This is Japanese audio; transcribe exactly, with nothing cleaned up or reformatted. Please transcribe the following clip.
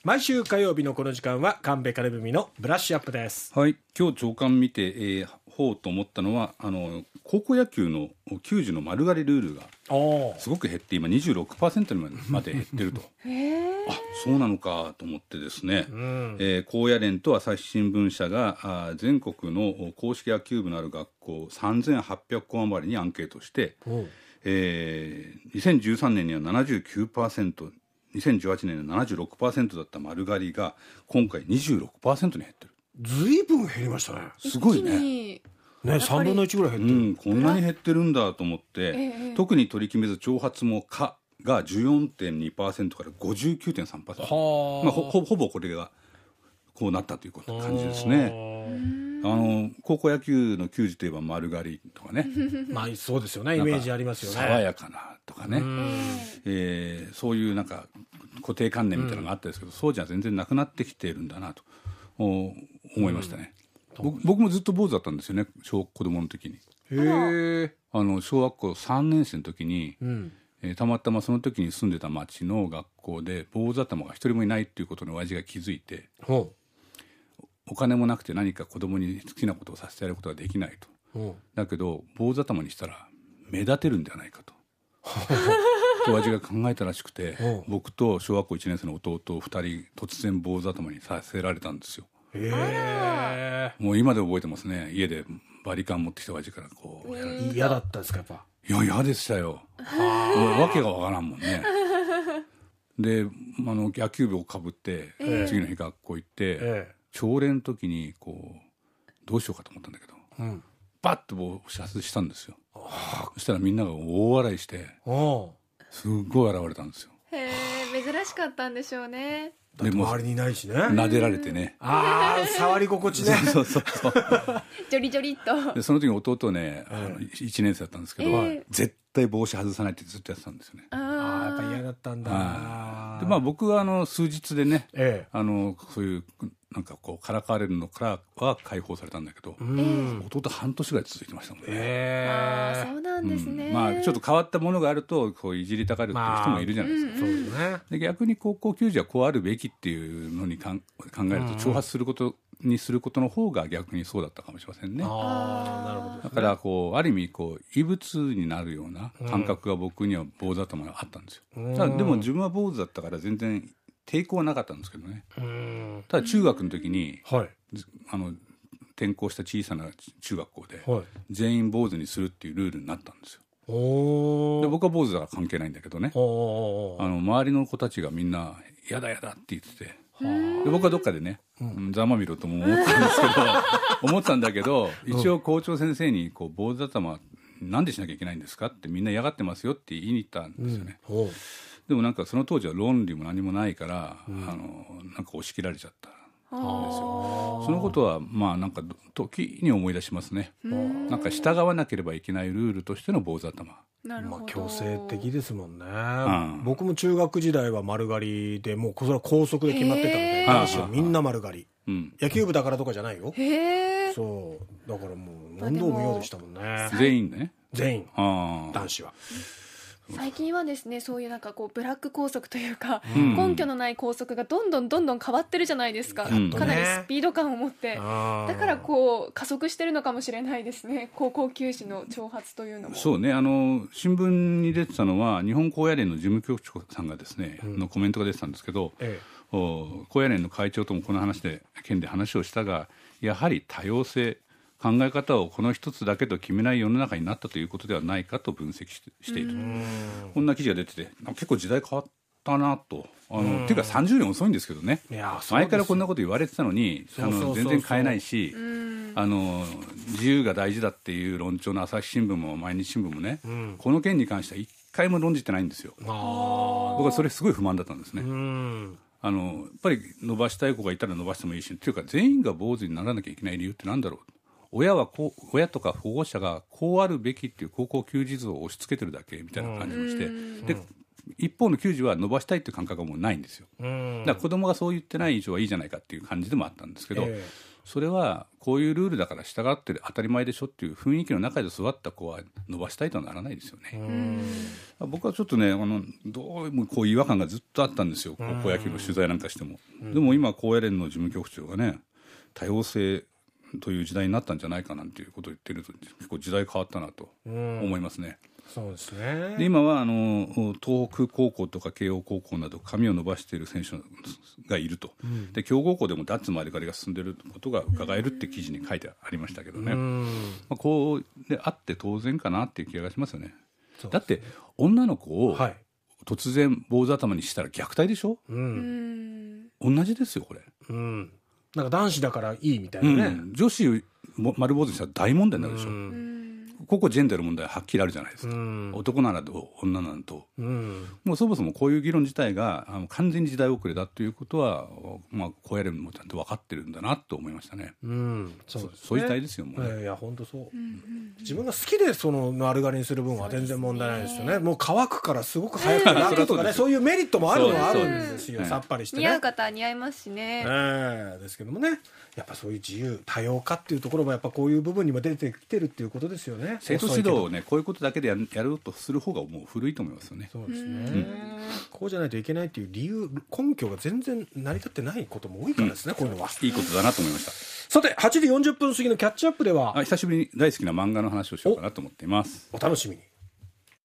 毎週火曜日のこの時間は神戸金文のブラッシュアップです。 はい、今日朝刊見て、えー、ほうと思ったのはあの高校野球の球児の丸刈りルールがすごく減って今 にじゅうろくパーセント にまで減ってるとあ、そうなのかと思ってですね、うんえー、高野連と朝日新聞社があ全国の公式野球部のある学校さんぜんはっぴゃくこ余りにアンケートして、えー、にせんじゅうさんねんには ななじゅうきゅうパーセントにせんじゅうはちねんには ななじゅうろくパーセント だった丸刈りが今回 にじゅうろくパーセント に減ってる。 ずいぶん減りましたね。 すごいね。 ね、さんぶんのいちぐらい減ってる、 うん、こんなに減ってるんだと思って、ええ、特に取り決めず長髪も可が じゅうよんてんにパーセント から ごじゅうきゅうてんさんパーセント、まあ、ほ, ほぼこれがこうなったという感じですね。あの高校野球の球児といえば丸刈りとかねまあそうですよね、イメージありますよね。 爽やかなとかね、えー、そういうなんか固定観念みたいなのがあったんですけど、うん、そうじゃ全然なくなってきているんだなと思いましたね、うん、僕, 僕もずっと坊主だったんですよね、小子供の時に。へあの小学校さんねん生の時に、うんえー、たまたまその時に住んでた町の学校で坊主頭が一人もいないっていうことに親父が気づいて、お金もなくて何か子供に好きなことをさせてやることができないと。だけど坊主頭にしたら目立てるんではないかと親父が考えたらしくて、僕と小学校いちねん生の弟ふたり突然坊主頭にさせられたんですよ。へー、もう今で覚えてますね。家でバリカン持ってきた親父からこうやられて。 嫌だったんですかやっぱ。 いや嫌でしたよ。もう訳がわからんもんねであの野球部をかぶって、えー、次の日学校行って、えー朝礼の時にこうどうしようかと思ったんだけど、うん、バッと帽子外したんですよ。そしたらみんなが大笑いしてすっごい笑われたんですよ。 へー、珍しかったんでしょうね。 だって周りにいないしね。 撫でられてね、 ああ触り心地ねそうそうそうジョリジョリっと。 でその時弟ね、あのいちねん生だったんですけど、えー、絶対帽子外さないってずっとやってたんですよね。 ああやっぱ嫌だったんだ。 でまあ僕はあの数日でね、えー、あのそういうなんかこうからかわれるのからは解放されたんだけど、うん、弟半年ぐらい続いてましたもんね。 えー、あそうなんですね、 うんまあ、ちょっと変わったものがあるとこういじりたがるっていう人もいるじゃないですか、まあうんうん、で逆に高校球児はこうあるべきっていうのにかん考えると挑発することにすることの方が逆にそうだったかもしれませんね。あなるほどですね。だからこうある意味こう異物になるような感覚が僕には坊主頭があったんですよ、うん、ただでも自分は坊主だったから全然抵抗はなかったんですけどね。うんただ中学の時に、はい、あの転校した小さな中学校で、はい、全員坊主にするっていうルールになったんですよ。おで僕は坊主だから関係ないんだけどね、おあの周りの子たちがみんなやだやだって言ってて、で僕はどっかでね、うん、ざまみろとも思ったんですけど思ったんだけど一応校長先生にこう坊主頭なんでしなきゃいけないんですかってみんな嫌がってますよって言いに行ったんですよね、うんでもなんかその当時は論理も何もないから、うん、あのなんか押し切られちゃったんですよ。そのことはまあなんか時に思い出しますね。なんか従わなければいけないルールとしての坊主頭。 なるほど。まあ強制的ですもんね、うん、僕も中学時代は丸刈りでもうそれは校則で決まってたので男子はみんな丸刈り、うん、野球部だからとかじゃないよ。へそうだからもう問答無用でしたもんね。 全員ね。 全員男子は。 最近はですねそういうなんかこうブラック校則というか、うん、根拠のない校則がどんどんどんどん変わってるじゃないですか、うん、かなりスピード感を持って、だからこう加速してるのかもしれないですね、高校球児の挑発というのも。 そうね、あの新聞に出てたのは日本高野連の事務局長さんがですね、うん、のコメントが出てたんですけど、ええ、高野連の会長ともこの話で件で話をしたが、やはり多様性考え方をこの一つだけと決めない世の中になったということではないかと分析 し, している。こんな記事が出てて結構時代変わったなと。あのっていうかさんじゅうねん遅いんですけどね。いや前からこんなこと言われてたのにあの全然変えないし、あの自由が大事だっていう論調の朝日新聞も毎日新聞もね、うん、この件に関しては一回も論じてないんですよ。あ僕はそれすごい不満だったんですね。うんあのやっぱり伸ばしたい子がいたら伸ばしてもいいし、っていうか全員が坊主にならなきゃいけない理由ってなんだろう。親はこう親とか保護者がこうあるべきっていう高校球児像を押し付けてるだけみたいな感じがして、で一方の球児は伸ばしたいっていう感覚がもうないんですよ。だから子供がそう言ってない以上はいいじゃないかっていう感じでもあったんですけど、えそれはこういうルールだから従ってる当たり前でしょっていう雰囲気の中で育った子は伸ばしたいとはならないですよね。僕はちょっとねあのどうもこう違和感がずっとあったんですよ、高校野球の取材なんかしても。でも今高野連の事務局長がね多様性という時代になったんじゃないかなんていうことを言ってると結構時代変わったなと思いますね。 そうですね。 で今はあの東北高校とか慶応高校など髪を伸ばしている選手がいると、うん、で強豪校でも脱丸刈りが進んでいることが伺えるって記事に書いてありましたけどね、うんまあ、こうであって当然かなっていう気がしますよね。だって女の子を突然坊主頭にしたら虐待でしょ、うん、同じですよこれ、うん、 なんか男子だからいいみたいなね、うん、 女子丸坊主にしたら大問題になるでしょ、うんここジェンダーの問題ははっきりあるじゃないですか、うん、男ならどう女ならどう、うん、もうそもそもこういう議論自体があの完全に時代遅れだということは、まあ、高野連もちゃんと分かってるんだなと思いましたね、うん、そうですね、そそういう時代ですよもうね、 いや本当そう、うんうん、自分が好きでその丸刈りにする分は全然問題ないですよね。もう乾くからすごく早くて楽とかねそういうメリットもあるのはあるんですよ、さっぱりしてね、 似合う方は似合いますしね、えー、ですけどもねやっぱそういう自由多様化っていうところもやっぱこういう部分にも出てきてるっていうことですよね。 生徒指導をねこういうことだけでややろうとする方がもう古いと思いますよね。 そうですね、うん、こうじゃないといけないっていう理由根拠が全然成り立ってないことも多いからですね、うん、こういうのはいいことだなと思いました。 さてはちじよんじゅっぷん過ぎのキャッチアップではあ久しぶりに大好きな漫画の話をしようかなと思っています、 お楽しみに。